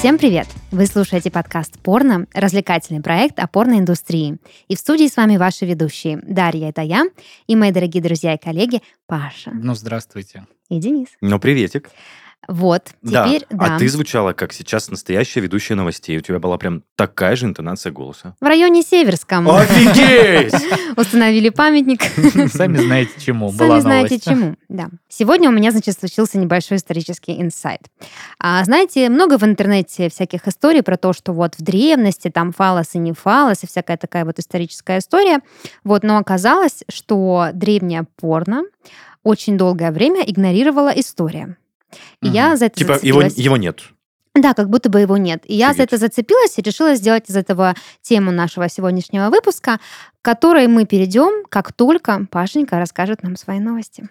Всем привет! Вы слушаете подкаст «Порно», развлекательный проект о порноиндустрии. И в студии с вами ваши ведущие Дарья, это я, и мои дорогие друзья и коллеги Паша. Ну, здравствуйте. И Денис. Ну, приветик. Вот, теперь А ты звучала, как сейчас настоящая ведущая новостей. У тебя была прям такая же интонация голоса. В районе Северском. Офигеть! Установили памятник. Сами знаете чему. Сами знаете чему, да. Сегодня у меня, случился небольшой исторический инсайт. Знаете, много в интернете всяких историй про то, что вот в древности там фалос и не фалос, и всякая такая вот историческая история. Но оказалось, что древнее порно очень долгое время игнорировала история. И я за это зацепилась. Его нет. Да, как будто бы его нет. И я за это зацепилась и решила сделать из этого тему нашего сегодняшнего выпуска, к которой мы перейдем, как только Пашенька расскажет нам свои новости.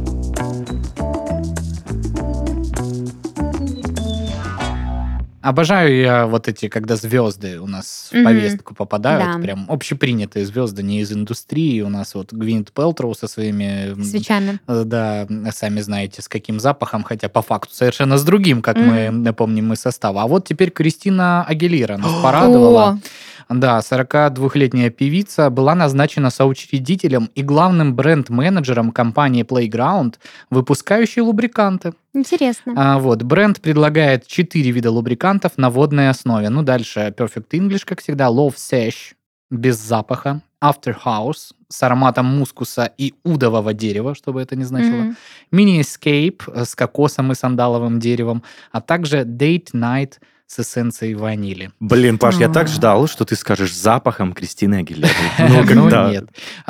Обожаю я вот эти, когда звезды у нас в повестку попадают. Да. Прям общепринятые звезды, не из индустрии. У нас вот Гвинет Пэлтроу со своими... Свечами. Да, сами знаете, с каким запахом, хотя по факту совершенно с другим, как мы напомним из состава. А вот теперь Кристина Агилера нас порадовала. Да, 42-летняя певица была назначена соучредителем и главным бренд-менеджером компании Playground, выпускающей лубриканты. Интересно. Бренд предлагает 4 вида лубрикантов на водной основе. Дальше Perfect English, как всегда, Love Sesh без запаха, After House с ароматом мускуса и удового дерева, что бы это ни значило, Mini Escape с кокосом и сандаловым деревом, а также Date Night с эссенцией ванили. Блин, Паш, я так ждал, что ты скажешь с запахом Кристины Агилеры. Нет.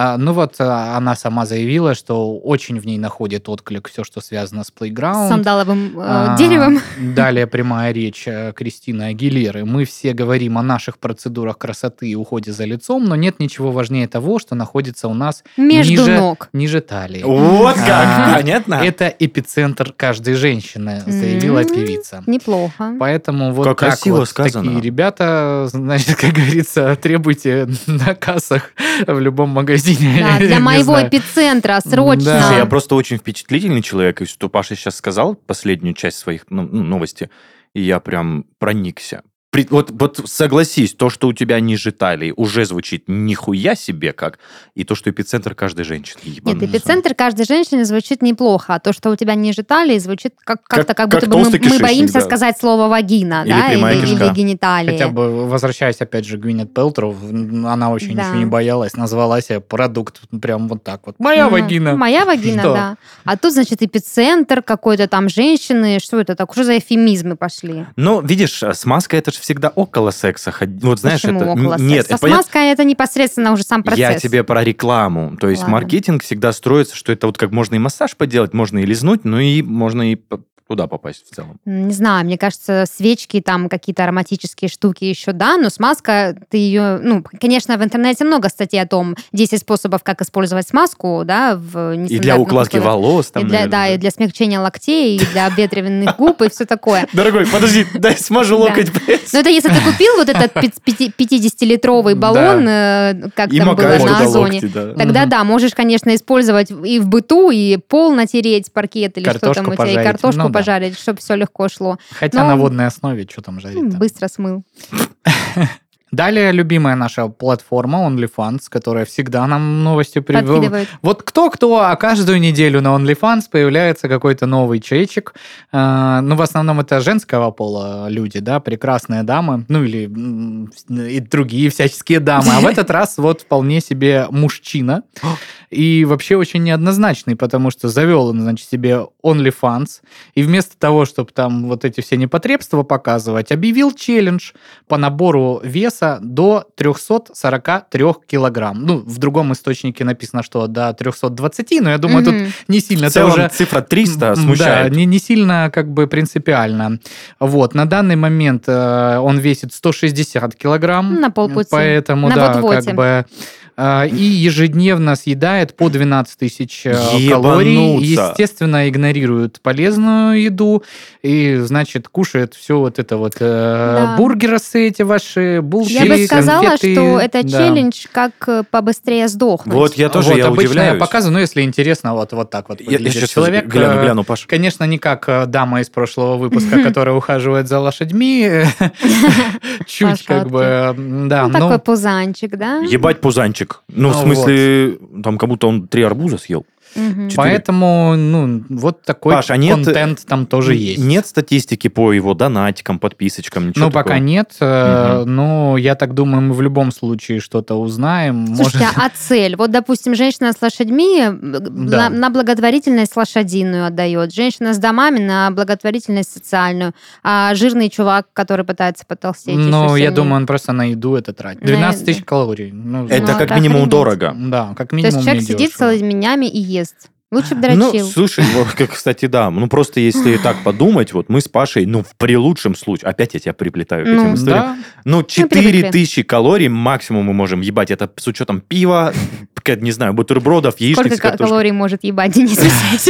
Она сама заявила, что очень в ней находит отклик все, что связано с Playground. С сандаловым деревом. Далее прямая речь Кристины Агилеры. Мы все говорим о наших процедурах красоты и уходе за лицом, но нет ничего важнее того, что находится у нас между ног. Ниже талии. Вот как, понятно? Это эпицентр каждой женщины, заявила певица. Неплохо. Поэтому вот как так красиво вот сказано. Такие ребята, значит, как говорится, требуйте на кассах в любом магазине. Да, для моего эпицентра срочно. Да. Я просто очень впечатлительный человек, и что Паша сейчас сказал, последнюю часть своих новостей, и я прям проникся. Вот согласись, то, что у тебя ниже талии, уже звучит нихуя себе как, и то, что эпицентр каждой женщины. Нет, эпицентр каждой женщины звучит неплохо, а то, что у тебя ниже талии, звучит как-то как будто бы мы боимся сказать слово вагина, или гениталия. Хотя бы, возвращаясь опять же к Гвинет Пэлтроу, она очень ничего не боялась, назвала себе продукт прям вот так вот. Моя вагина. Моя вагина, да. А тут, значит, эпицентр какой-то там женщины, что это так? Что за эфемизмы пошли? Ну, видишь, смазка это же всегда около секса. Вот знаешь, почему это... около Нет, секса? Смазка это непосредственно уже сам процесс. Я тебе про рекламу. То есть маркетинг всегда строится, что это вот как можно и массаж поделать, можно и лизнуть, но и можно и туда попасть в целом. Не знаю, мне кажется, свечки, там какие-то ароматические штуки еще, да, но смазка, ты ее... конечно, в интернете много статей о том, 10 способов, как использовать смазку, да, в нестандартных и для укладки волос. Там, и для смягчения локтей, и для обветриванных губ, и все такое. Дорогой, подожди, дай смажу локоть. Ну, это если ты купил вот этот 50-литровый баллон, как там было на Озоне, тогда да, можешь, конечно, использовать и в быту, и пол натереть, паркет, или что там у тебя, и картошку пожарить, чтобы все легко шло. Хотя на водной основе, что там жарить? Быстро смыл. Далее любимая наша платформа OnlyFans, которая всегда нам новостью подкидывает. Вот кто-кто, а каждую неделю на OnlyFans появляется какой-то новый чечек. В основном это женского пола люди, да, прекрасные дамы, или и другие всяческие дамы. А в этот раз вот вполне себе мужчина. И вообще очень неоднозначный, потому что завел он, значит, себе OnlyFans, и вместо того, чтобы там вот эти все непотребства показывать, объявил челлендж по набору веса до 343 килограмм. В другом источнике написано, что до 320, но я думаю, тут не сильно... В целом цифра 300 смущает. Да, не сильно как бы принципиально. На данный момент он весит 160 килограмм. На полпути. Поэтому, на да, вот-воте. как бы... и ежедневно съедает по 12 тысяч калорий. Естественно, игнорирует полезную еду и, значит, кушает все вот это вот бургеры эти ваши, булки, Я бы сказала, конфеты. что это челлендж, как побыстрее сдохнуть. Вот я тоже обычно удивляюсь. Я показываю, но если интересно, вот так вот Я выглядит сейчас человек. гляну, Паш. Конечно, не как дама из прошлого выпуска, которая ухаживает за лошадьми. Чуть как бы, да. Такой пузанчик, да? Ебать пузанчик. Ну, в смысле, там как будто он 3 арбуза съел. Поэтому, вот такой Паш, контент там тоже есть. Нет статистики по его донатикам, подписочкам, ничего такого? Пока нет. Но я так думаю, мы в любом случае что-то узнаем. Слушайте, а цель? Вот, допустим, женщина с лошадьми на благотворительность лошадиную отдает, женщина с домами на благотворительность социальную, а жирный чувак, который пытается потолстеть я думаю, он просто на еду это тратит. 12 тысяч калорий. Это как минимум дорого. Да, как минимум. То есть человек сидит целыми днями и ест. Лучше бы дрочил. Слушай, кстати, да. Просто если так подумать, вот мы с Пашей, при лучшем случае, опять я тебя приплетаю к этим историям, 4000 калорий максимум мы можем ебать. Это с учетом пива, не знаю, бутербродов, яичниц. Сколько калорий может ебать Денис?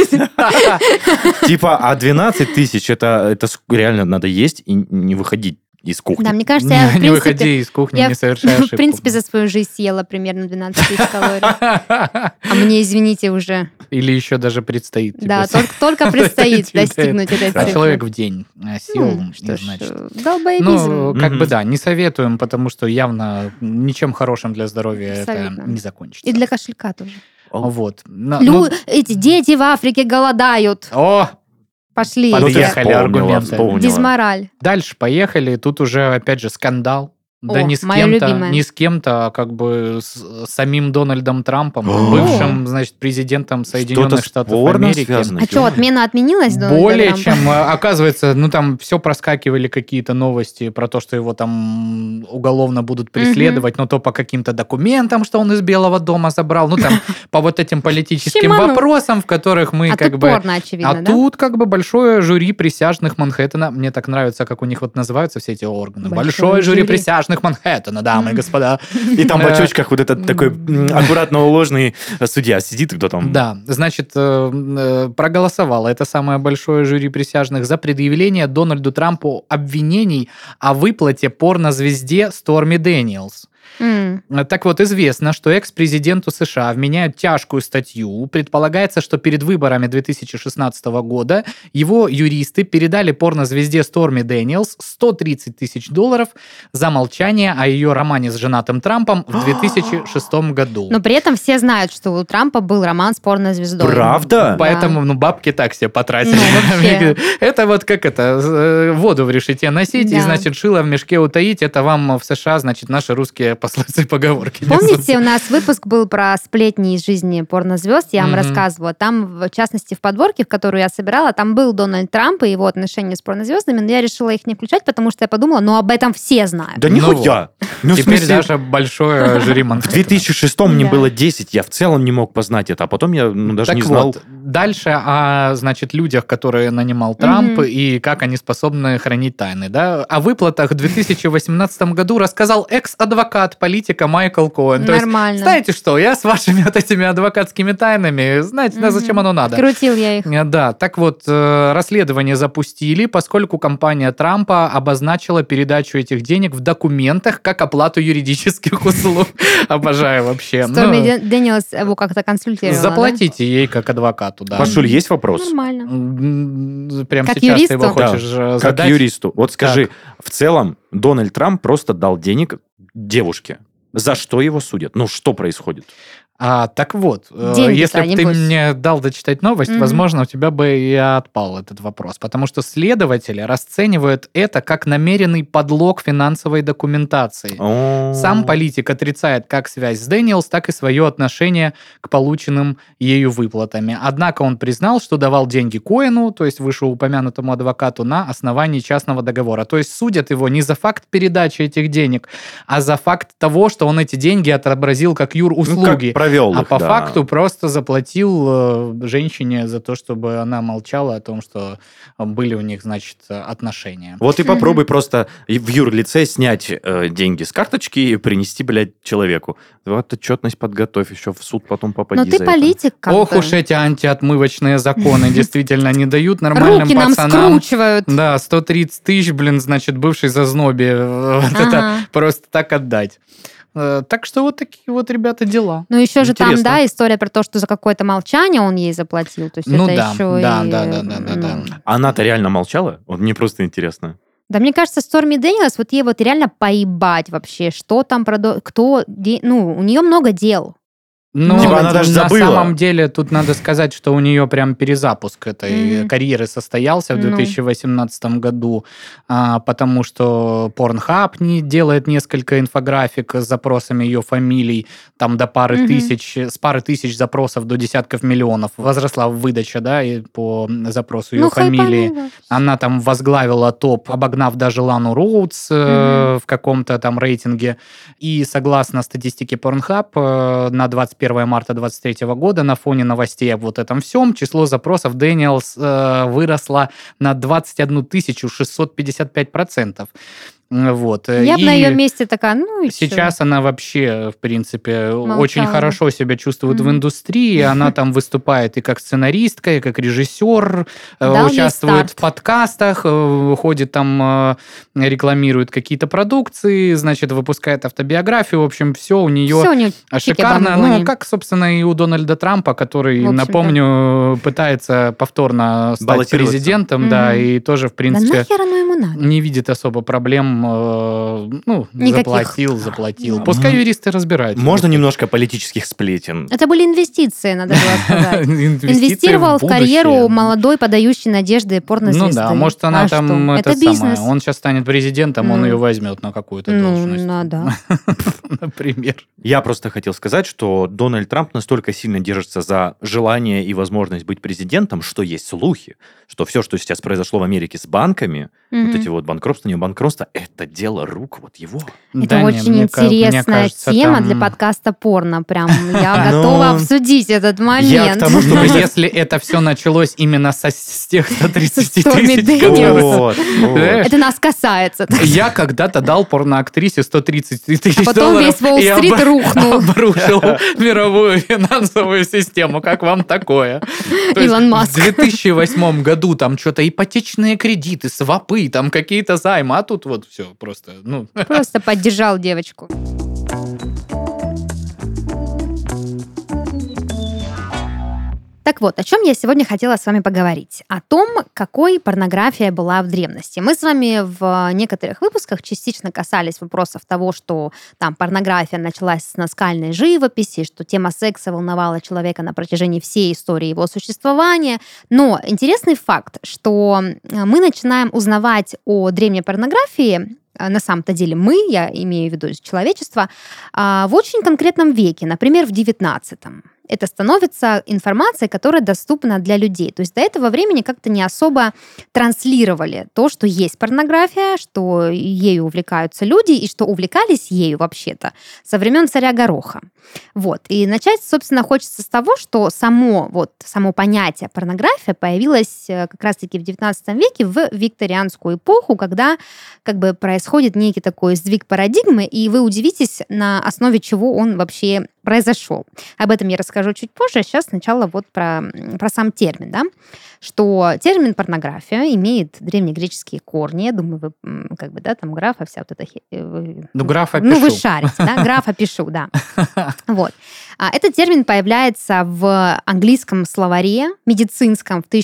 А 12 тысяч, это реально надо есть и не выходить из кухни. Да, мне кажется, я, в принципе... Не выходи из кухни, не совершай ошибку. В принципе, за свою жизнь съела примерно 12 тысяч калорий. А мне, извините, уже... Или еще даже предстоит. Да, только предстоит достигнуть этой цифры. Человек в день сил, значит. Долбоебизм. Как бы да, не советуем, потому что явно ничем хорошим для здоровья это не закончится. И для кошелька тоже. Вот. Эти дети в Африке голодают. О! Пошли. Подъехали аргументы. Дизмораль. Дальше поехали. Тут уже, опять же, скандал. Да не с кем-то, а как бы с самим Дональдом Трампом, бывшим, значит, президентом Соединенных Штатов Америки. А что, отмена отменилась? Более чем, оказывается, там все проскакивали какие-то новости про то, что его там уголовно будут преследовать, но то по каким-то документам, что он из Белого дома забрал, там по вот этим политическим вопросам, в которых мы как бы... очевидно, а тут как бы большое жюри присяжных Манхэттена. Мне так нравится, как у них вот называются все эти органы. Большое жюри присяжных Манхэттена, дамы и господа. И там в очочках вот этот такой аккуратно уложенный судья сидит, кто там. Да, значит, проголосовало это самое большое жюри присяжных за предъявление Дональду Трампу обвинений о выплате порнозвезде Сторми Дэниелс. Так вот, известно, что экс-президенту США вменяют тяжкую статью. Предполагается, что перед выборами 2016 года его юристы передали порнозвезде Сторми Дэниелс $130 тысяч за молчание о ее романе с женатым Трампом в 2006 году. Но при этом все знают, что у Трампа был роман с порнозвездой. Правда? Поэтому, бабки так себе потратили. Это вот как это, воду в решете носить и, значит, шило в мешке утаить. Это вам в США, значит, наши русские пословицы и поговорки. Помните, у нас выпуск был про сплетни из жизни порнозвезд, я вам рассказывала. Там, в частности, в подборке, в которую я собирала, там был Дональд Трамп и его отношения с порнозвездами, но я решила их не включать, потому что я подумала, об этом все знают. Да нихуя! Теперь даже большое жюри Манхэттена. В 2006 мне было 10, я в целом не мог познать это, а потом я даже не знал. Дальше о, значит, людях, которые нанимал Трамп, и как они способны хранить тайны. Да? О выплатах в 2018 году рассказал экс-адвокат политика Майкл Коэн. Нормально. То есть, знаете что, я с вашими вот этими адвокатскими тайнами, знаете, зачем оно надо? Крутил я их. Да, так вот, расследование запустили, поскольку компания Трампа обозначила передачу этих денег в документах как оплату юридических услуг. Обожаю вообще. Сторми Дэниелс его как-то консультировала. Заплатите ей как адвокату, да. Пашуль, есть вопрос? Нормально. Прямо как сейчас юристу? ты его хочешь задать? Как юристу. Вот скажи, в целом Дональд Трамп просто дал денег девушке. За что его судят? Что происходит? Так вот, деньги-то, если бы ты небось. мне дал дочитать новость, возможно, у тебя бы и отпал этот вопрос. Потому что следователи расценивают это как намеренный подлог финансовой документации. Сам политик отрицает как связь с Дэниелс, так и свое отношение к полученным ею выплатами. Однако он признал, что давал деньги Коэну, то есть вышеупомянутому адвокату, на основании частного договора. То есть судят его не за факт передачи этих денег, а за факт того, что он эти деньги отобразил как юруслуги. провел А их, по да. факту просто заплатил женщине за то, чтобы она молчала о том, что были у них, значит, отношения. Вот и попробуй просто в юрлице снять деньги с карточки и принести, блядь, человеку. Вот отчетность подготовь, еще в суд потом попади Но ты за это. политик, как Ох бы. уж эти антиотмывочные законы действительно не дают нормальным Руки нам пацанам. скручивают. Да, 130 тысяч, блин, значит, бывший зазнобе. Вот это Ага. просто так отдать. Так что вот такие вот, ребята, дела. Ну, еще же там, Интересно. да, история про то, что за какое-то молчание он ей заплатил. То есть Ну это да, еще да, и... да. Она-то реально молчала? Вот мне просто интересно. Да, мне кажется, Сторми Дэниелс, вот ей вот реально поебать вообще, что там, ну, у нее много дел. Ну, Типа она даже на забыла. самом деле, тут надо сказать, что у нее прям перезапуск этой карьеры состоялся в Ну. 2018 году, потому что Pornhub не делает несколько инфографик с запросами ее фамилий, там до пары тысяч, с пары тысяч запросов до десятков миллионов возросла выдача, да, и по запросу ее Ну, фамилии. хайпанула. Она там возглавила топ, обогнав даже Лану Роудс в каком-то там рейтинге. И согласно статистике Pornhub, на 21 марта 2023 года на фоне новостей об вот этом всем число запросов Дэниелс выросло на 21 655%. Вот. Я бы И на ее месте такая, ну и сейчас она вообще, в принципе, Молчала. очень хорошо себя чувствует в индустрии. Она там выступает и как сценаристка, и как режиссер, Дал ей участвует старт. в подкастах, ходит там, рекламирует какие-то продукции, значит, выпускает автобиографию. В общем, все у нее Все у нее шикарно. Ну, как, собственно, и у Дональда Трампа, который, В общем-то. напомню, пытается повторно стать Баллотироваться. президентом, да, и тоже, в Да принципе, нахер оно ему надо? не видит особо проблем. Ну, Никаких. заплатил. Пускай юристы разбираются. Можно немножко политических сплетен? Это были инвестиции, надо было сказать. Инвестиции Инвестировал в будущее. карьеру молодой, подающей надежды порнозвезды. Ну да, может, она А там что? это Это бизнес. самое. Он сейчас станет президентом, он Ну. ее возьмет на какую-то Ну, должность. да. Например. Я просто хотел сказать, что Дональд Трамп настолько сильно держится за желание и возможность быть президентом, что есть слухи, что все, что сейчас произошло в Америке с банками, вот эти вот банкротства, не банкротства, это дело рук вот его. Это Да не, очень мне интересная кажется, тема там- для подкаста порно. Прям я Ну, готова обсудить этот момент. я к тому, что Ну, просто- если это все началось именно с тех 130 Сторми тысяч, Дэниелс. которые- Вот, вот. Знаешь, Это нас касается. я когда-то дал порноактрисе 130 тысяч А потом долларов весь Уолл-стрит и рухнул. обрушил мировую финансовую систему. Как вам такое? То есть Илон Маск. В 2008 году там что-то ипотечные кредиты, свопы, там какие-то займы, а тут вот все просто, ну... Просто поддержал девочку. Так вот, о чем я сегодня хотела с вами поговорить. О том, какой порнография была в древности. Мы с вами в некоторых выпусках частично касались вопросов того, что там порнография началась с наскальной живописи, что тема секса волновала человека на протяжении всей истории его существования. Но интересный факт, что мы начинаем узнавать о древней порнографии, на самом-то деле я имею в виду человечество, в очень конкретном веке, например, в 19-м. Это становится информацией, которая доступна для людей. То есть до этого времени как-то не особо транслировали то, что есть порнография, что ею увлекаются люди и что увлекались ею вообще-то со времен царя Гороха. Вот. И начать, собственно, хочется с того, что само понятие порнография появилось как раз-таки в XIX веке, в викторианскую эпоху, когда как бы происходит некий такой сдвиг парадигмы, и вы удивитесь, на основе чего он вообще произошел. Об этом я расскажу чуть позже. Сейчас сначала вот про сам термин, да, что термин порнография имеет древнегреческие корни. Я думаю, вы как бы, да, там графа вся вот эта... Ну, графа Ну, вы пишу. шарите, да, графа пишу, да. Вот. Этот термин появляется в английском словаре медицинском в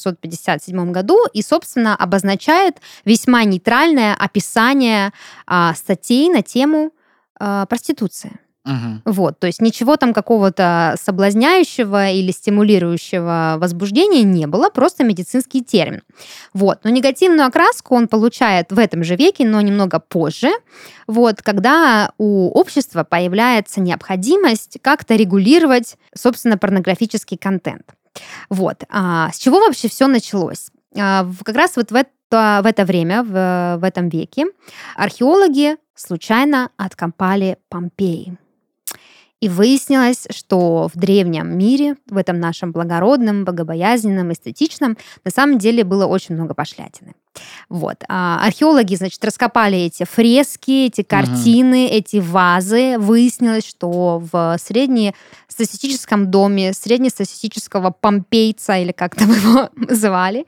1857 году и, собственно, обозначает весьма нейтральное описание статей на тему проституции. Мгм. Вот, то есть ничего там какого-то соблазняющего или стимулирующего возбуждения не было, просто медицинский термин. Вот, но негативную окраску он получает в этом же веке, но немного позже, вот, когда у общества появляется необходимость как-то регулировать, собственно, порнографический контент. Вот, с чего вообще все началось? Как раз вот в это время, в этом веке, археологи случайно откопали Помпеи. И выяснилось, что в древнем мире, в этом нашем благородном, богобоязненном, эстетичном, на самом деле было очень много пошлятины. Вот. Археологи, значит, раскопали эти фрески, эти картины, эти вазы. Выяснилось, что в среднестатистическом доме среднестатистического помпейца, или как там его называли.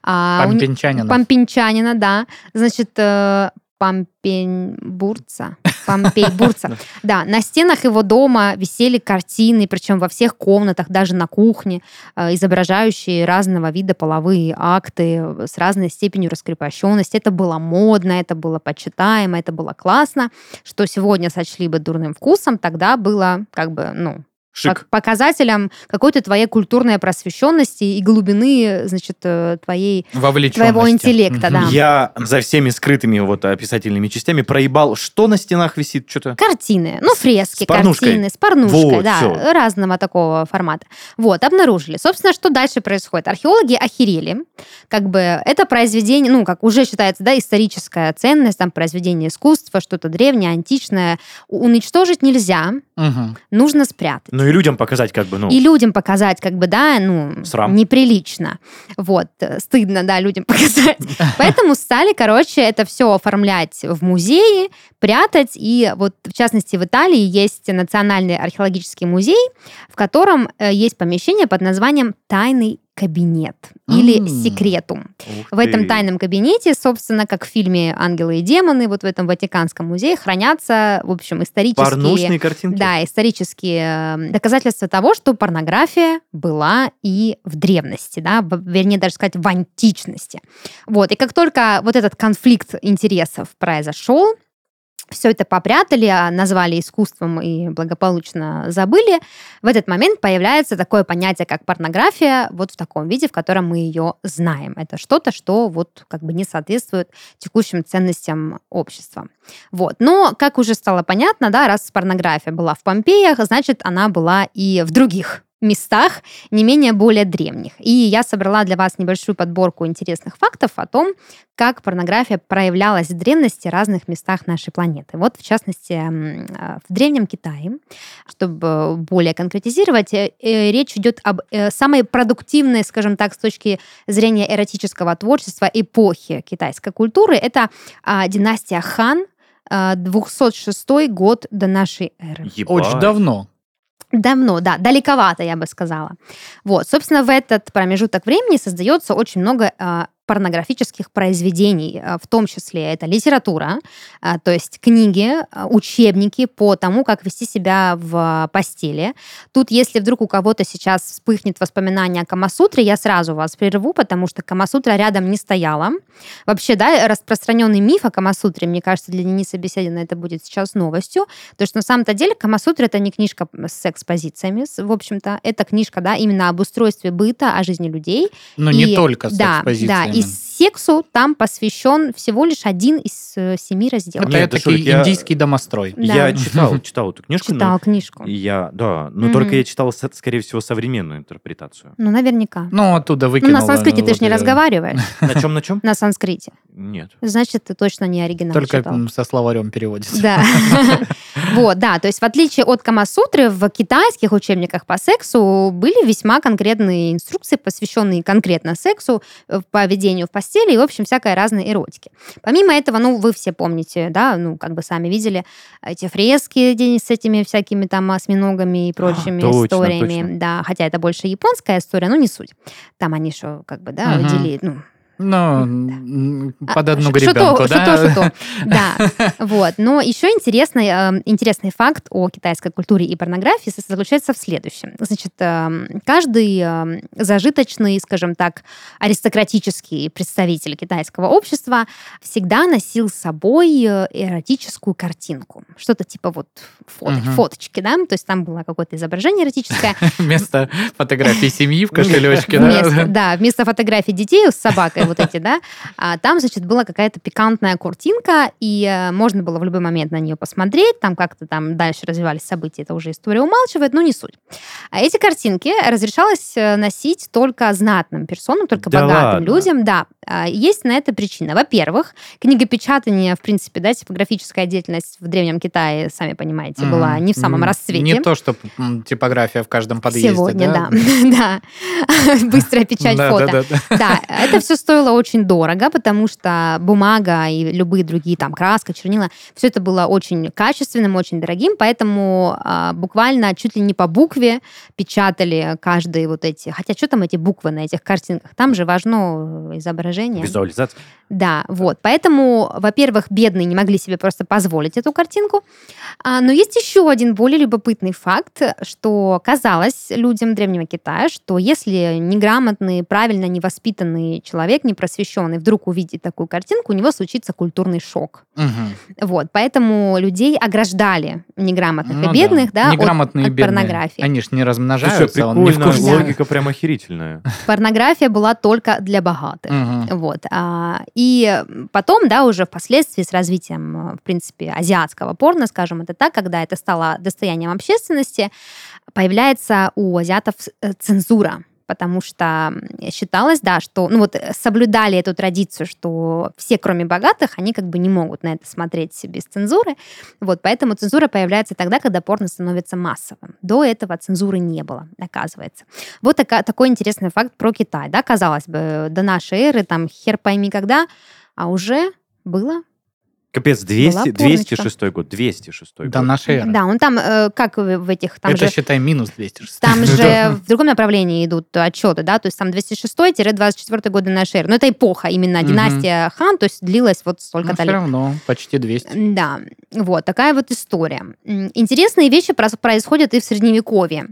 Помпинчанина, да. Значит, Помпейбурца. Да, на стенах его дома висели картины, причем во всех комнатах, даже на кухне, изображающие разного вида половые акты с разной степенью раскрепощенности. Это было модно, это было почитаемо, это было классно. Что сегодня сочли бы дурным вкусом, тогда было как бы, шик. Показателем какой-то твоей культурной просвещенности и глубины, значит, твоего интеллекта. Да. Я за всеми скрытыми описательными частями проебал, что на стенах висит, что-то. Картины, фрески, картины, с порнушкой, разного такого формата. Обнаружили. Собственно, что дальше происходит? Археологи охерели. Это произведение, как уже считается, историческая ценность, там произведение искусства, что-то древнее, античное. Уничтожить нельзя, нужно спрятать. И людям показать, И людям показать, срам. Неприлично. Стыдно, людям показать. Поэтому стали, это все оформлять в музее, прятать. И в частности, в Италии есть Национальный археологический музей, в котором есть помещение под названием «Тайный кабинет» или «Секретум». В этом тайном кабинете, собственно, как в фильме «Ангелы и демоны», в этом Ватиканском музее хранятся, в общем, порнушные картинки. Да, исторические доказательства того, что порнография была и в древности, вернее, даже сказать, в античности. И как только этот конфликт интересов произошел, все это попрятали, назвали искусством и благополучно забыли, в этот момент появляется такое понятие, как порнография, в таком виде, в котором мы ее знаем. Это что-то, что не соответствует текущим ценностям общества. Но, как уже стало понятно, раз порнография была в Помпеях, значит, она была и в других местах, не менее более древних. И я собрала для вас небольшую подборку интересных фактов о том, как порнография проявлялась в древности в разных местах нашей планеты. В частности, в Древнем Китае, чтобы более конкретизировать, речь идет об самой продуктивной, скажем так, с точки зрения эротического творчества эпохи китайской культуры. Это династия Хан, 206 год до нашей эры. Очень давно. Давно, да, далековато, я бы сказала. Собственно, в этот промежуток времени создается очень много порнографических произведений, в том числе это литература, то есть книги, учебники по тому, как вести себя в постели. Тут, если вдруг у кого-то сейчас вспыхнет воспоминание о Камасутре, я сразу вас прерву, потому что Камасутра рядом не стояла. Вообще, распространенный миф о Камасутре, мне кажется, для Дениса Беседина это будет сейчас новостью, потому что на самом-то деле Камасутра — это не книжка с секс-позициями, в общем-то, это книжка, именно об устройстве быта, о жизни людей. Но не только с секс-позициями. Да, и сексу там посвящен всего лишь 1 из 7 разделов. Это такой индийский домострой. Да. Я читал эту книжку. Читал книжку. Только я читал, скорее всего, современную интерпретацию. Наверняка. Оттуда выкинула. На санскрите ты же не разговариваешь. На чем? На санскрите. Нет. Значит, ты точно не оригинал только читал. Со словарем переводится. Да. То есть в отличие от Камасутры, в китайских учебниках по сексу были весьма конкретные инструкции, посвященные конкретно сексу, поведению в постели и, в общем, всякой разной эротики. Помимо этого, вы все помните, сами видели эти фрески с этими всякими там осьминогами и прочими историями. Точно. Да, хотя это больше японская история, но не суть. Там они что, делили, под одну гребенку, Что-то. Да. Но еще интересный факт о китайской культуре и порнографии заключается в следующем. Значит, каждый зажиточный, скажем так, аристократический представитель китайского общества всегда носил с собой эротическую картинку. Что-то типа фоточки, да? То есть там было какое-то изображение эротическое. Вместо фотографии семьи в кошелечке, да? Да, вместо фотографий детей с собакой вот эти, да, там, значит, была какая-то пикантная картинка, и можно было в любой момент на нее посмотреть, там как-то там дальше развивались события, это уже история умалчивает, но не суть. А эти картинки разрешалось носить только знатным персонам, только Да богатым ладно? людям, да. Есть на это причина. Во-первых, книгопечатание, в принципе, да, типографическая деятельность в Древнем Китае, сами понимаете, была не в самом расцвете. Не то, что типография в каждом подъезде, Сегодня, да? да. Быстрая печать фото. Да, это все стоило очень дорого, потому что бумага и любые другие, там, краска, чернила, все это было очень качественным, очень дорогим, поэтому буквально чуть ли не по букве печатали каждые вот эти... Хотя что там эти буквы на этих картинках? Там же важно изображение. Визуализация. Да, вот. Поэтому, во-первых, бедные не могли себе просто позволить эту картинку. Но есть еще один более любопытный факт, что казалось людям Древнего Китая, что если неграмотный, правильно невоспитанный человек, непросвещенный, вдруг увидит такую картинку, у него случится культурный шок. Вот. Поэтому людей ограждали, неграмотных и бедных, да, неграмотные от порнографии. Они же не Слушай, размножаются, он не в прикольно, курсе. логика прям охерительная. Порнография была только для богатых. Вот. И потом, да, уже впоследствии с развитием, в принципе, азиатского порно, скажем это так, когда это стало достоянием общественности, появляется у азиатов цензура. Потому что считалось, да, что соблюдали эту традицию, что все, кроме богатых, они как бы не могут на это смотреть без цензуры. Вот, поэтому цензура появляется тогда, когда порно становится массовым. До этого цензуры не было, оказывается. Вот такой интересный факт про Китай. Да, казалось бы, до нашей эры, там, хер пойми когда, а уже было. Капец, 206 год, 206 год. До нашей эры. Да, он там, как в этих... Там Это, же, считай, минус 206. там же в другом направлении идут отчеты, да, то есть там 206-24 годы нашей эры. Но это эпоха, именно династия Хан, то есть длилась вот столько-то все лет. равно, почти 200. Да, вот такая вот история. Интересные вещи происходят и в Средневековье.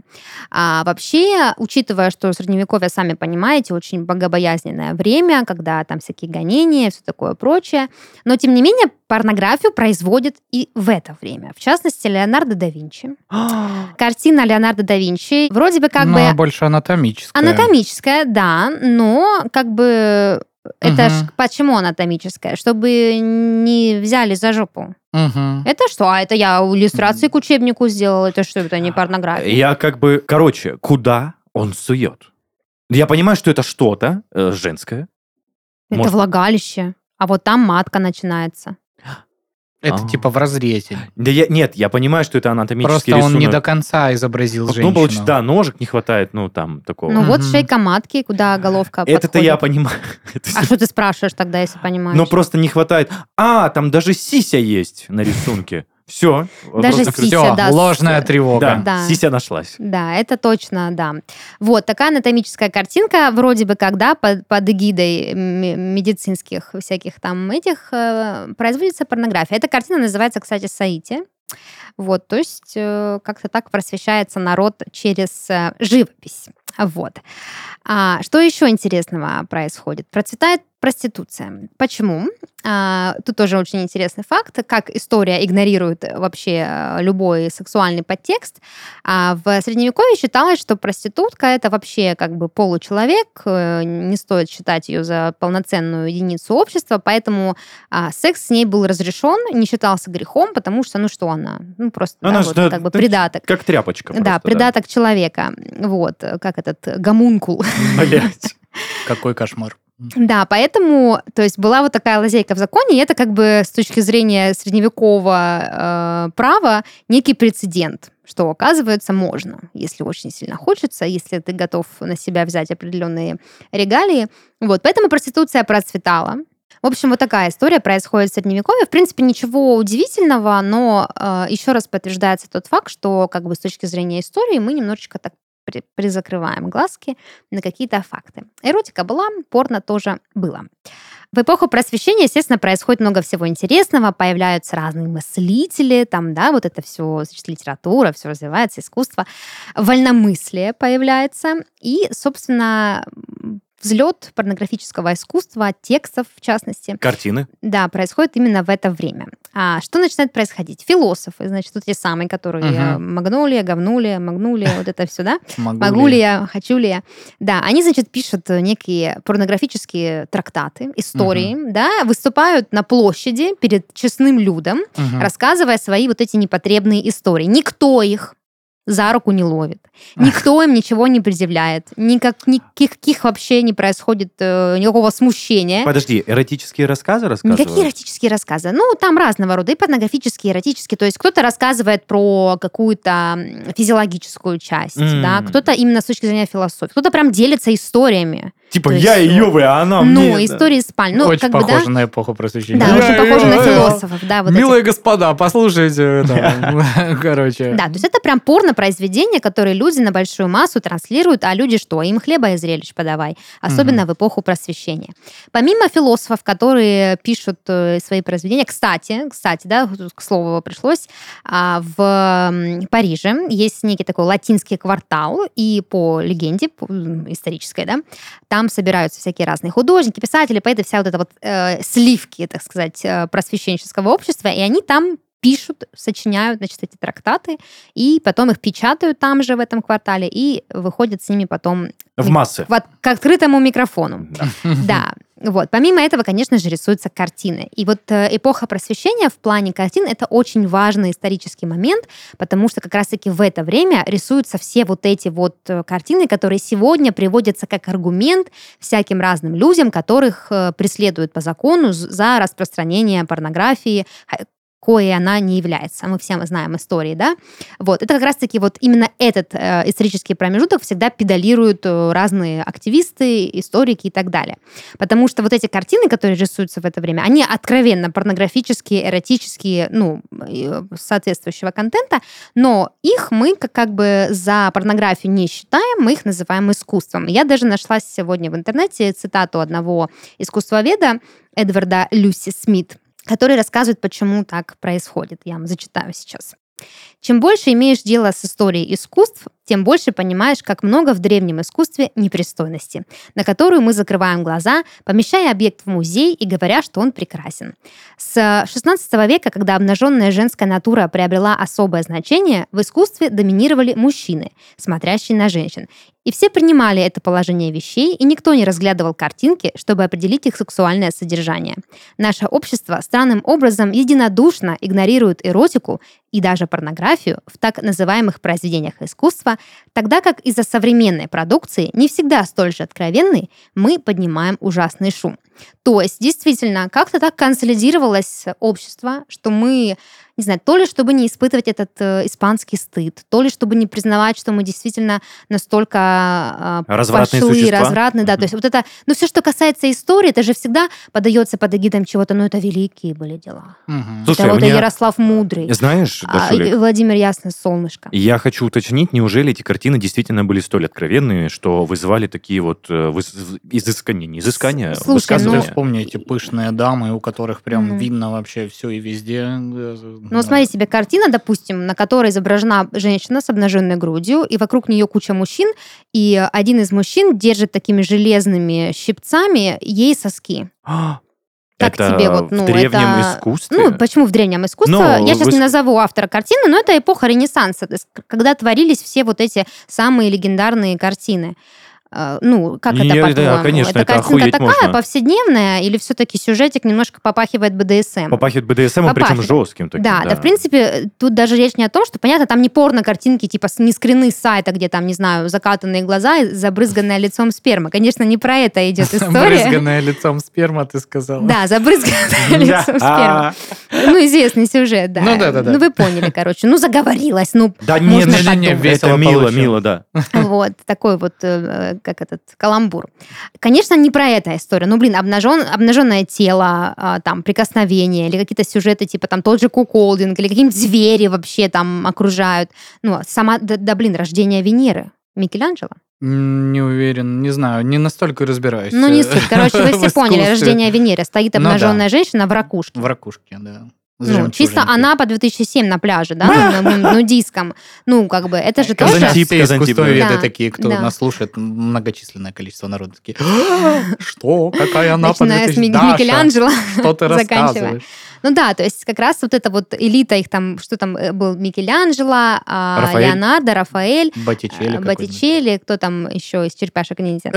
Вообще, учитывая, что Средневековье, сами понимаете, очень богобоязненное время, когда там всякие гонения, все такое прочее, но тем не менее порнографию производят и в это время. В частности, Леонардо да Винчи. Картина Леонардо да Винчи вроде бы как бы... больше анатомическая. Анатомическая, да, но как бы... Это ж почему анатомическая? Чтобы не взяли за жопу. Это что? А это я иллюстрации к учебнику сделала. Это что? Это не порнография. Я как бы... Короче, куда он сует? Я понимаю, что это что-то женское. Это влагалище. А вот там матка начинается. Это типа в разрезе. Да нет, я понимаю, что это анатомический Просто рисунок. он не до конца изобразил женщину. Получается, да, ножек не хватает, там такого. Вот шейка матки, куда головка Это-то подходит. я понимаю. А что ты спрашиваешь тогда, если понимаешь? Но просто не хватает. Там даже сися есть на рисунке. Все. Даже сися, Все, да. ложная тревога. Да. Сися нашлась. Да, это точно, да. Вот, такая анатомическая картинка, вроде бы когда под эгидой медицинских всяких там этих производится порнография. Эта картина называется, кстати, Саити. Вот, то есть как-то так просвещается народ через живопись. Вот. Что еще интересного происходит? Процветает проституция. Почему? Тут тоже очень интересный факт, как история игнорирует вообще любой сексуальный подтекст. В Средневековье считалось, что проститутка – это вообще как бы получеловек, не стоит считать ее за полноценную единицу общества, поэтому секс с ней был разрешен, не считался грехом, потому что, что она? Просто она да, вот, как бы придаток. Как тряпочка просто, да, придаток человека. Вот, как этот гомункул. Блять. Какой кошмар. Да, поэтому, то есть была вот такая лазейка в законе, и это как бы с точки зрения средневекового права некий прецедент, что, оказывается, можно, если очень сильно хочется, если ты готов на себя взять определенные регалии. Вот, поэтому проституция процветала. В общем, вот такая история происходит в Средневековье. В принципе, ничего удивительного, но еще раз подтверждается тот факт, что как бы с точки зрения истории мы немножечко так призакрываем глазки на какие-то факты. Эротика была, порно тоже было. В эпоху просвещения, естественно, происходит много всего интересного, появляются разные мыслители, там, да, вот это все, значит, литература, все развивается, искусство, вольномыслие появляется, и, собственно, взлет порнографического искусства, текстов в частности. Картины. Да, происходит именно в это время. А что начинает происходить? Философы, значит, вот те самые, которые Магнолия, Говнулия, Магнулия, вот это все, да? Могулия, Хочулия. Да, они, значит, пишут некие порнографические трактаты, истории, да, выступают на площади перед честным людом, рассказывая свои вот эти непотребные истории. Никто их за руку не ловит. Никто им ничего не предъявляет. Никаких вообще не происходит никакого смущения. Подожди, эротические рассказы рассказывают? Какие эротические рассказы? Ну, там разного рода. И порнографические, эротические. То есть кто-то рассказывает про какую-то физиологическую часть, да, кто-то именно с точки зрения философии. Кто-то прям делится историями. Типа, я ее вы, а она мне... Ну, истории спальни. Ну, очень как похоже бы, да? на эпоху просвещения. Да, очень похоже на философов. Да, вот Милые господа, послушайте это. Короче. Да, то есть это прям порно-произведения, которые люди на большую массу транслируют, а люди что? Им хлеба и зрелищ подавай. Особенно в эпоху просвещения. Помимо философов, которые пишут свои произведения, кстати, да, к слову пришлось, в Париже есть некий такой латинский квартал, и по легенде, исторической, да, там собираются всякие разные художники, писатели, поэты, вся вот эта вот сливки, так сказать, просвещенческого общества, и они там пишут, сочиняют, значит, эти трактаты, и потом их печатают там же, в этом квартале, и выходят с ними потом... В массы. К открытому микрофону. Да. Вот. Помимо этого, конечно же, рисуются картины. И вот эпоха просвещения в плане картин — это очень важный исторический момент, потому что как раз-таки в это время рисуются все вот эти вот картины, которые сегодня приводятся как аргумент всяким разным людям, которых преследуют по закону за распространение порнографии, коей она не является. Мы все знаем истории, да? Вот. Это как раз-таки вот именно этот исторический промежуток всегда педалируют разные активисты, историки и так далее. Потому что вот эти картины, которые рисуются в это время, они откровенно порнографические, эротические, ну, соответствующего контента, но их мы как бы за порнографию не считаем, мы их называем искусством. Я даже нашла сегодня в интернете цитату одного искусствоведа Эдварда Люси Смит, который рассказывает, почему так происходит. Я вам зачитаю сейчас. Чем больше имеешь дело с историей искусств, тем больше понимаешь, как много в древнем искусстве непристойности, на которую мы закрываем глаза, помещая объект в музей и говоря, что он прекрасен. С XVI века, когда обнаженная женская натура приобрела особое значение, в искусстве доминировали мужчины, смотрящие на женщин. И все принимали это положение вещей, и никто не разглядывал картинки, чтобы определить их сексуальное содержание. Наше общество странным образом единодушно игнорирует эротику и даже порнографию в так называемых произведениях искусства, тогда как из-за современной продукции, не всегда столь же откровенной, мы поднимаем ужасный шум. То есть, действительно, как-то так консолидировалось общество, что мы, не знаю, то ли чтобы не испытывать этот испанский стыд, то ли чтобы не признавать, что мы действительно настолько развратные пошлые, существа. развратные, да, то есть вот это, ну все, что касается истории, это же всегда подается под эгидом чего-то, ну это великие были дела. Слушай, это вот мне... Ярослав Мудрый, Знаешь, Дашулик, Владимир Ясное Солнышко. я хочу уточнить, неужели эти картины действительно были столь откровенные, что вызывали такие вот изыскания, не изыскания, Слушай, высказывания? Вспомни эти пышные дамы, у которых прям видно вообще все и везде. Ну, смотри себе картина, допустим, на которой изображена женщина с обнаженной грудью, и вокруг нее куча мужчин, и один из мужчин держит такими железными щипцами ей соски. Как это тебе вот, ну, в древнем это... искусстве? Ну, почему в древнем искусстве? Ну, Я сейчас не назову автора картины, но это эпоха Ренессанса, то есть, когда творились все вот эти самые легендарные картины. Ну, как это, по-твоему? Да, конечно, это это картинка охуеть такая, можно. повседневная, или все-таки сюжетик немножко попахивает БДСМ? Попахивает БДСМ, причем Попахивает. жестким таким. Да, в принципе, тут даже речь не о том, что, понятно, там не порно-картинки, типа не скрины с сайта, где там, не знаю, закатанные глаза и забрызганная лицом сперма. Конечно, не про это идет история. Забрызганная лицом сперма, ты сказала. Да, забрызганная лицом сперма. Ну, известный сюжет, да. Ну, да. Ну, вы поняли, короче. Ну, заговорилась, ну, Да можно не, подумать. весело это мило, получилось. мило, да. Вот, такой вот, как этот, каламбур. Конечно, не про это история. Ну, блин, обнаженное тело, там, прикосновение, или какие-то сюжеты, типа там тот же куколдинг, или какие-нибудь звери вообще там окружают. Ну, рождение Венеры. Микеланджело. Не уверен, не знаю, не настолько разбираюсь. Ну, не суть. Короче, вы в все поняли. искусстве. Рождение Венеры. Стоит Ну да. обнаженная женщина в ракушке. В ракушке, да. Ну, чисто Анапа 2007 на пляже, да, на нудистском. Ну, как бы, это же тоже... Все искусствоведы да, такие, кто да. нас слушает, многочисленное количество народа, такие, что? Какая Анапа Начиная с 2000? Даша, Микеланджело, что ты заканчивая. рассказываешь? Ну да, то есть как раз вот эта вот элита их там, что там был Микеланджело, Леонардо, Рафаэль, Боттичелли, кто там еще из «Черепашек ниндзя»?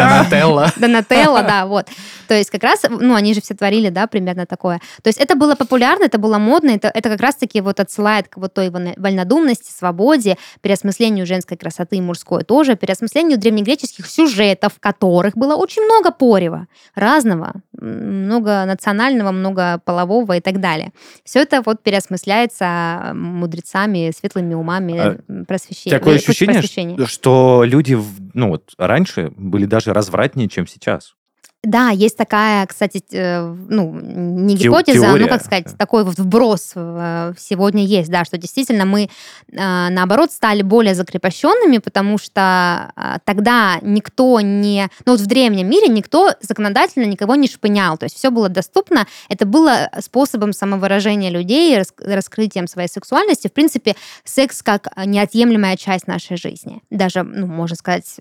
Донателло, да, вот. То есть как раз, ну, они же все творили, да, примерно такое. То есть это было популярно, это было модно, это как раз-таки вот отсылает к вот той вольнодумности, свободе, переосмыслению женской красоты и мужской тоже, переосмыслению древнегреческих сюжетов, в которых было очень много порева, разного, много национального, много полового и так далее. Все это вот переосмысляется мудрецами, светлыми умами, просвещением. Такое ощущение, что люди, ну вот, раньше были даже развратнее, чем сейчас. Да, есть такая, кстати, ну, не гипотеза, теория. ну, как сказать, такой вот вброс сегодня есть, да, что действительно мы, наоборот, стали более закрепощенными, потому что тогда никто не... Ну, вот в древнем мире никто законодательно никого не шпынял, то есть все было доступно, это было способом самовыражения людей, раскрытием своей сексуальности. В принципе, секс как неотъемлемая часть нашей жизни, даже, ну, можно сказать,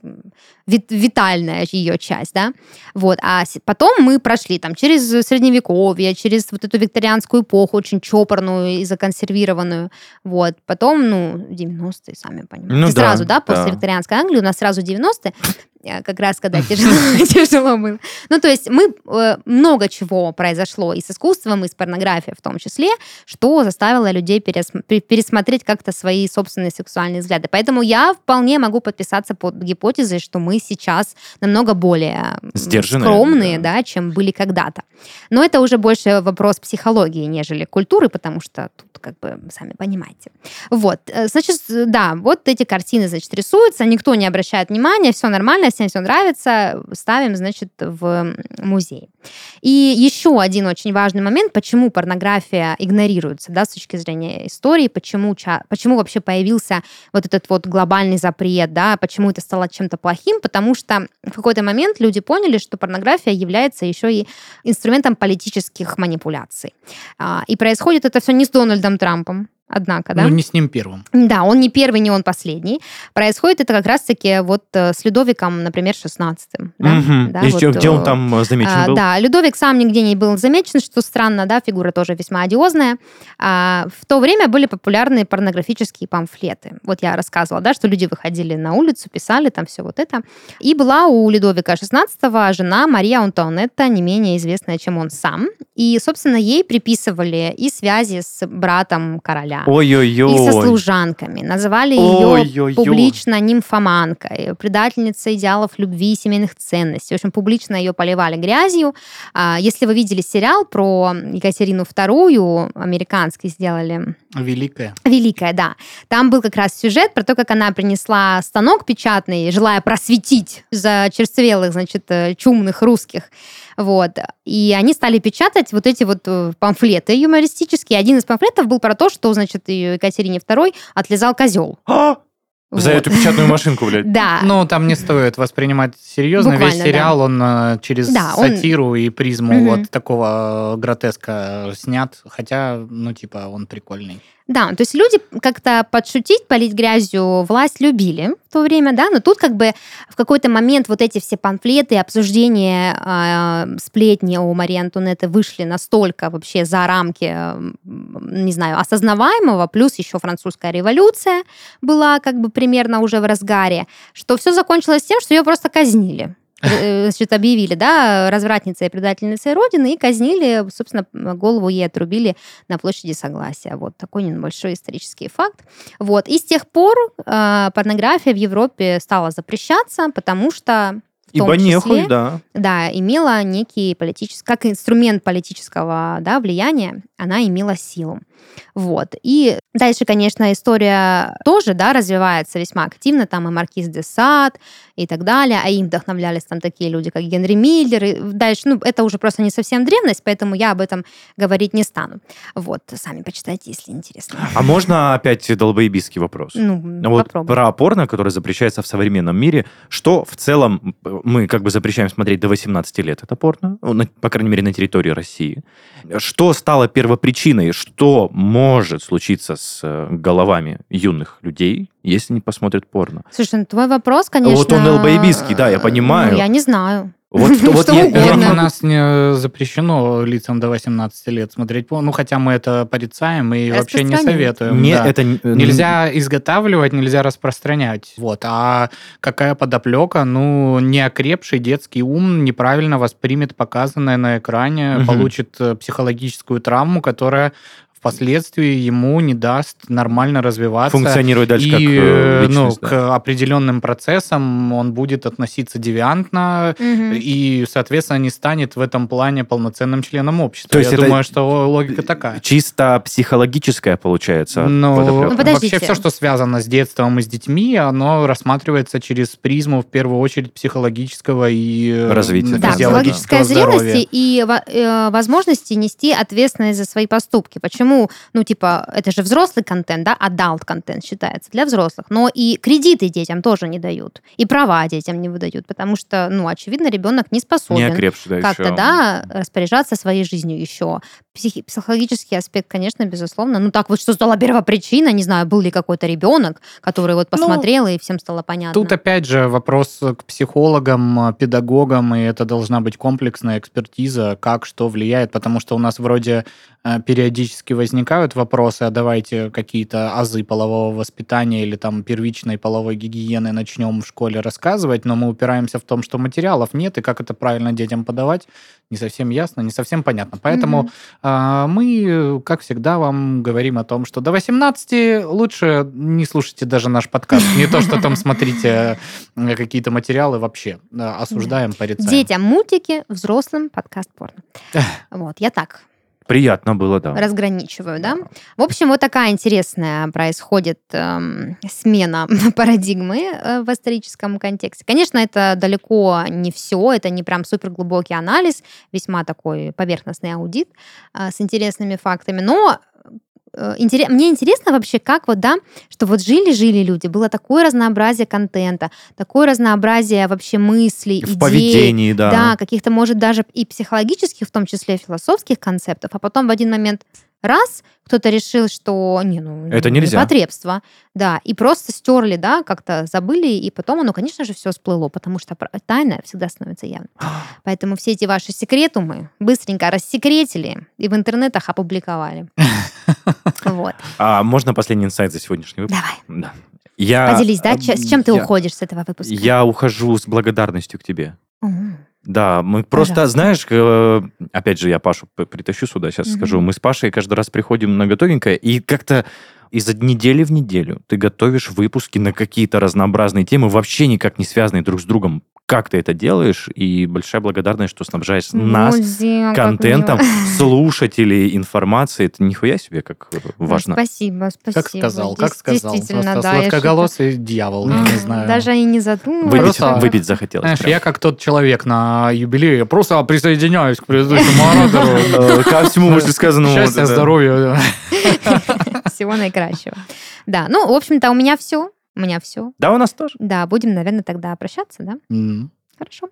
витальная ее часть, да, вот. А потом мы прошли там через Средневековье, через вот эту викторианскую эпоху, очень чопорную и законсервированную. Вот. Потом, ну, 90-е, сами понимаете. Ну, сразу, да, после викторианской Англии у нас сразу 90-е, как раз когда тяжело было. Ну, то есть мы много чего произошло и с искусством, и с порнографией в том числе, что заставило людей пересмотреть как-то свои собственные сексуальные взгляды. Поэтому я вполне могу подписаться под гипотезой, что мы сейчас намного более скромные, да, чем были когда-то. Но это уже больше вопрос психологии, нежели культуры, потому что тут, как бы, сами понимаете. Вот. Значит, да, вот эти картины, значит, рисуются, никто не обращает внимания, все нормально, всем все нравится, ставим, значит, в музей. И еще один очень важный момент, почему порнография игнорируется, да, с точки зрения истории, почему вообще появился вот этот вот глобальный запрет, да, почему это стало чем-то плохим, потому что в какой-то момент люди поняли, что порнография является еще и инструментом политических манипуляций. И происходит это все не с Дональдом Трампом, однако, да? Ну, не с ним первым. Да, он не первый, не он последний. Происходит это как раз-таки вот с Людовиком, например, XVI. Да? Угу. Да, и вот, где он там замечен был? Да, Людовик сам нигде не был замечен, что странно, да, фигура тоже весьма одиозная. В то время были популярны порнографические памфлеты. Вот я рассказывала, да, что люди выходили на улицу, писали там все вот это. И была у Людовика XVI жена Мария Антуанетта, не менее известная, чем он сам. И, собственно, ей приписывали и связи с братом короля, Ой-ой-ой. и со служанками. Называли ее публично нимфоманкой, предательницей идеалов любви и семейных ценностей. В общем, публично ее поливали грязью. Если вы видели сериал про Екатерину II, американский сделали... Великая, да. Там был как раз сюжет про то, как она принесла станок печатный, желая просветить зачерствелых, значит, чумных русских. Вот. И они стали печатать вот эти вот памфлеты юмористические. Один из памфлетов был про то, что, значит, Екатерине II отлизал козел. За эту печатную машинку, блядь. Да. Ну, там не стоит воспринимать серьезно. Буквально, весь сериал, он через сатиру и призму вот такого гротеска снят. Хотя, ну, типа, он прикольный. Да, то есть люди как-то подшутить, полить грязью власть любили в то время, да, но тут как бы в какой-то момент вот эти все памфлеты, обсуждения, сплетни о Марии Антуанетте вышли настолько вообще за рамки, не знаю, осознаваемого, плюс еще французская революция была как бы примерно уже в разгаре, что все закончилось тем, что ее просто казнили. Значит, объявили, да, развратницей и предательницей Родины и казнили, собственно, голову ей отрубили на площади Согласия. Вот такой небольшой исторический факт. Вот. И с тех пор порнография в Европе стала запрещаться, потому что в том числе, да, имела некий политический, как инструмент политического, да, влияния, она имела силу. Вот. И дальше, конечно, история тоже, да, развивается весьма активно, там и Маркиз де Сад и так далее, а им вдохновлялись там такие люди, как Генри Миллер, и дальше, ну, это уже просто не совсем древность, поэтому я об этом говорить не стану. Вот, сами почитайте, если интересно. А можно опять долбоебистский вопрос? Ну, вот попробуй. Про порно, которое запрещается в современном мире, что в целом мы как бы запрещаем смотреть до 18 лет, это порно, по крайней мере, на территории России. Что стало первопричиной, что может случиться с головами юных людей, если не посмотрят порно. Слушай, ну твой вопрос, конечно... Вот он ЛБИБистский, да, я понимаю. Ну, я не знаю. Вот Что я- угодно. У нас не запрещено лицам до 18 лет смотреть порно. Ну, хотя мы это порицаем и вообще не Распространяем. советуем. Не, да. это Нельзя изготавливать, нельзя распространять. Вот. А какая подоплека? Ну, неокрепший детский ум неправильно воспримет показанное на экране, Мгм. получит психологическую травму, которая впоследствии ему не даст нормально развиваться. функционирует дальше как И личность. да. к определенным процессам он будет относиться девиантно Мгм. и, соответственно, не станет в этом плане полноценным членом общества. То есть Я это думаю, что логика такая. Чисто психологическая получается Ну, подоплека. Ну, подождите. вообще все, что связано с детством и с детьми, оно рассматривается через призму, в первую очередь, психологического и Развития. Да, физиологического психологическая зрелость здоровья. и возможности нести ответственность за свои поступки. Почему? Ну, типа, это же взрослый контент, да, adult контент считается для взрослых, но и кредиты детям тоже не дают, и права детям не выдают, потому что, ну, очевидно, ребенок не Не способен окрепший, да, как-то, еще. да, распоряжаться своей жизнью еще. Психологический аспект, конечно, безусловно. Ну, так вот, что стала первопричина, не знаю, был ли какой-то ребенок, который вот посмотрел, и всем стало понятно. Тут опять же вопрос к психологам, педагогам, и это должна быть комплексная экспертиза, как что влияет, потому что у нас вроде периодически возникают вопросы, а давайте какие-то азы полового воспитания или там первичной половой гигиены начнем в школе рассказывать, но мы упираемся в том, что материалов нет, и как это правильно детям подавать, не совсем ясно, не совсем понятно. Поэтому мы, как всегда, вам говорим о том, что до 18 лучше не слушайте даже наш подкаст, не то, что там смотрите какие-то материалы вообще. Осуждаем, порицаем. Детям мультики, взрослым подкаст порно. Вот, я так Приятно было, да. разграничиваю, да. В общем, вот такая интересная происходит смена парадигмы в историческом контексте. Конечно, это далеко не все, это не прям суперглубокий анализ, весьма такой поверхностный аудит с интересными фактами, но мне интересно вообще, как вот, да, что вот жили люди, было такое разнообразие контента, такое разнообразие вообще мыслей, В идей, поведении, да. да, каких-то, может, даже и психологических, в том числе философских концептов, а потом в один момент раз кто-то решил, что Это нельзя. непотребство, да, и просто стерли, да, как-то забыли, и потом оно, конечно же, все всплыло, потому что тайна всегда становится явной. Поэтому все эти ваши секреты мы быстренько рассекретили и в интернетах опубликовали. Вот. А можно последний инсайт за сегодняшний выпуск? Давай. Да. Поделись, да, с чем ты я- уходишь с этого выпуска? Я ухожу с благодарностью к тебе. Мгм. Да, мы просто, Пожалуйста. знаешь, опять же, я Пашу притащу сюда, сейчас Мгм. скажу. Мы с Пашей каждый раз приходим на готовенькое, и как-то из недели в неделю ты готовишь выпуски на какие-то разнообразные темы, вообще никак не связанные друг с другом. Как ты это делаешь? И большая благодарность, что снабжаешь нас Музей, как контентом, мило. слушателей, информации. Это нихуя себе, как важно. Спасибо. Как сказал. Действительно, Просто да. я сладкоголосый дьявол, я не знаю. Даже и не задумывалась. Просто- Выпить захотелось. Знаешь, прям. я как тот человек на юбилее, просто присоединяюсь к предыдущему оратору. Ко всему вышесказанному. Счастья, да. здоровья. Всего наикращего. Да, ну, в общем-то, у меня все. Да, у нас тоже. Да, будем, наверное, тогда прощаться, да? М. Хорошо.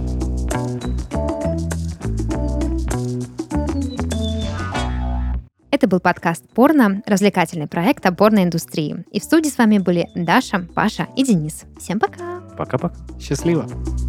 Это был подкаст «Порно», развлекательный проект о порноиндустрии. И в студии с вами были Даша, Паша и Денис. Всем пока! Пока-пока. Счастливо.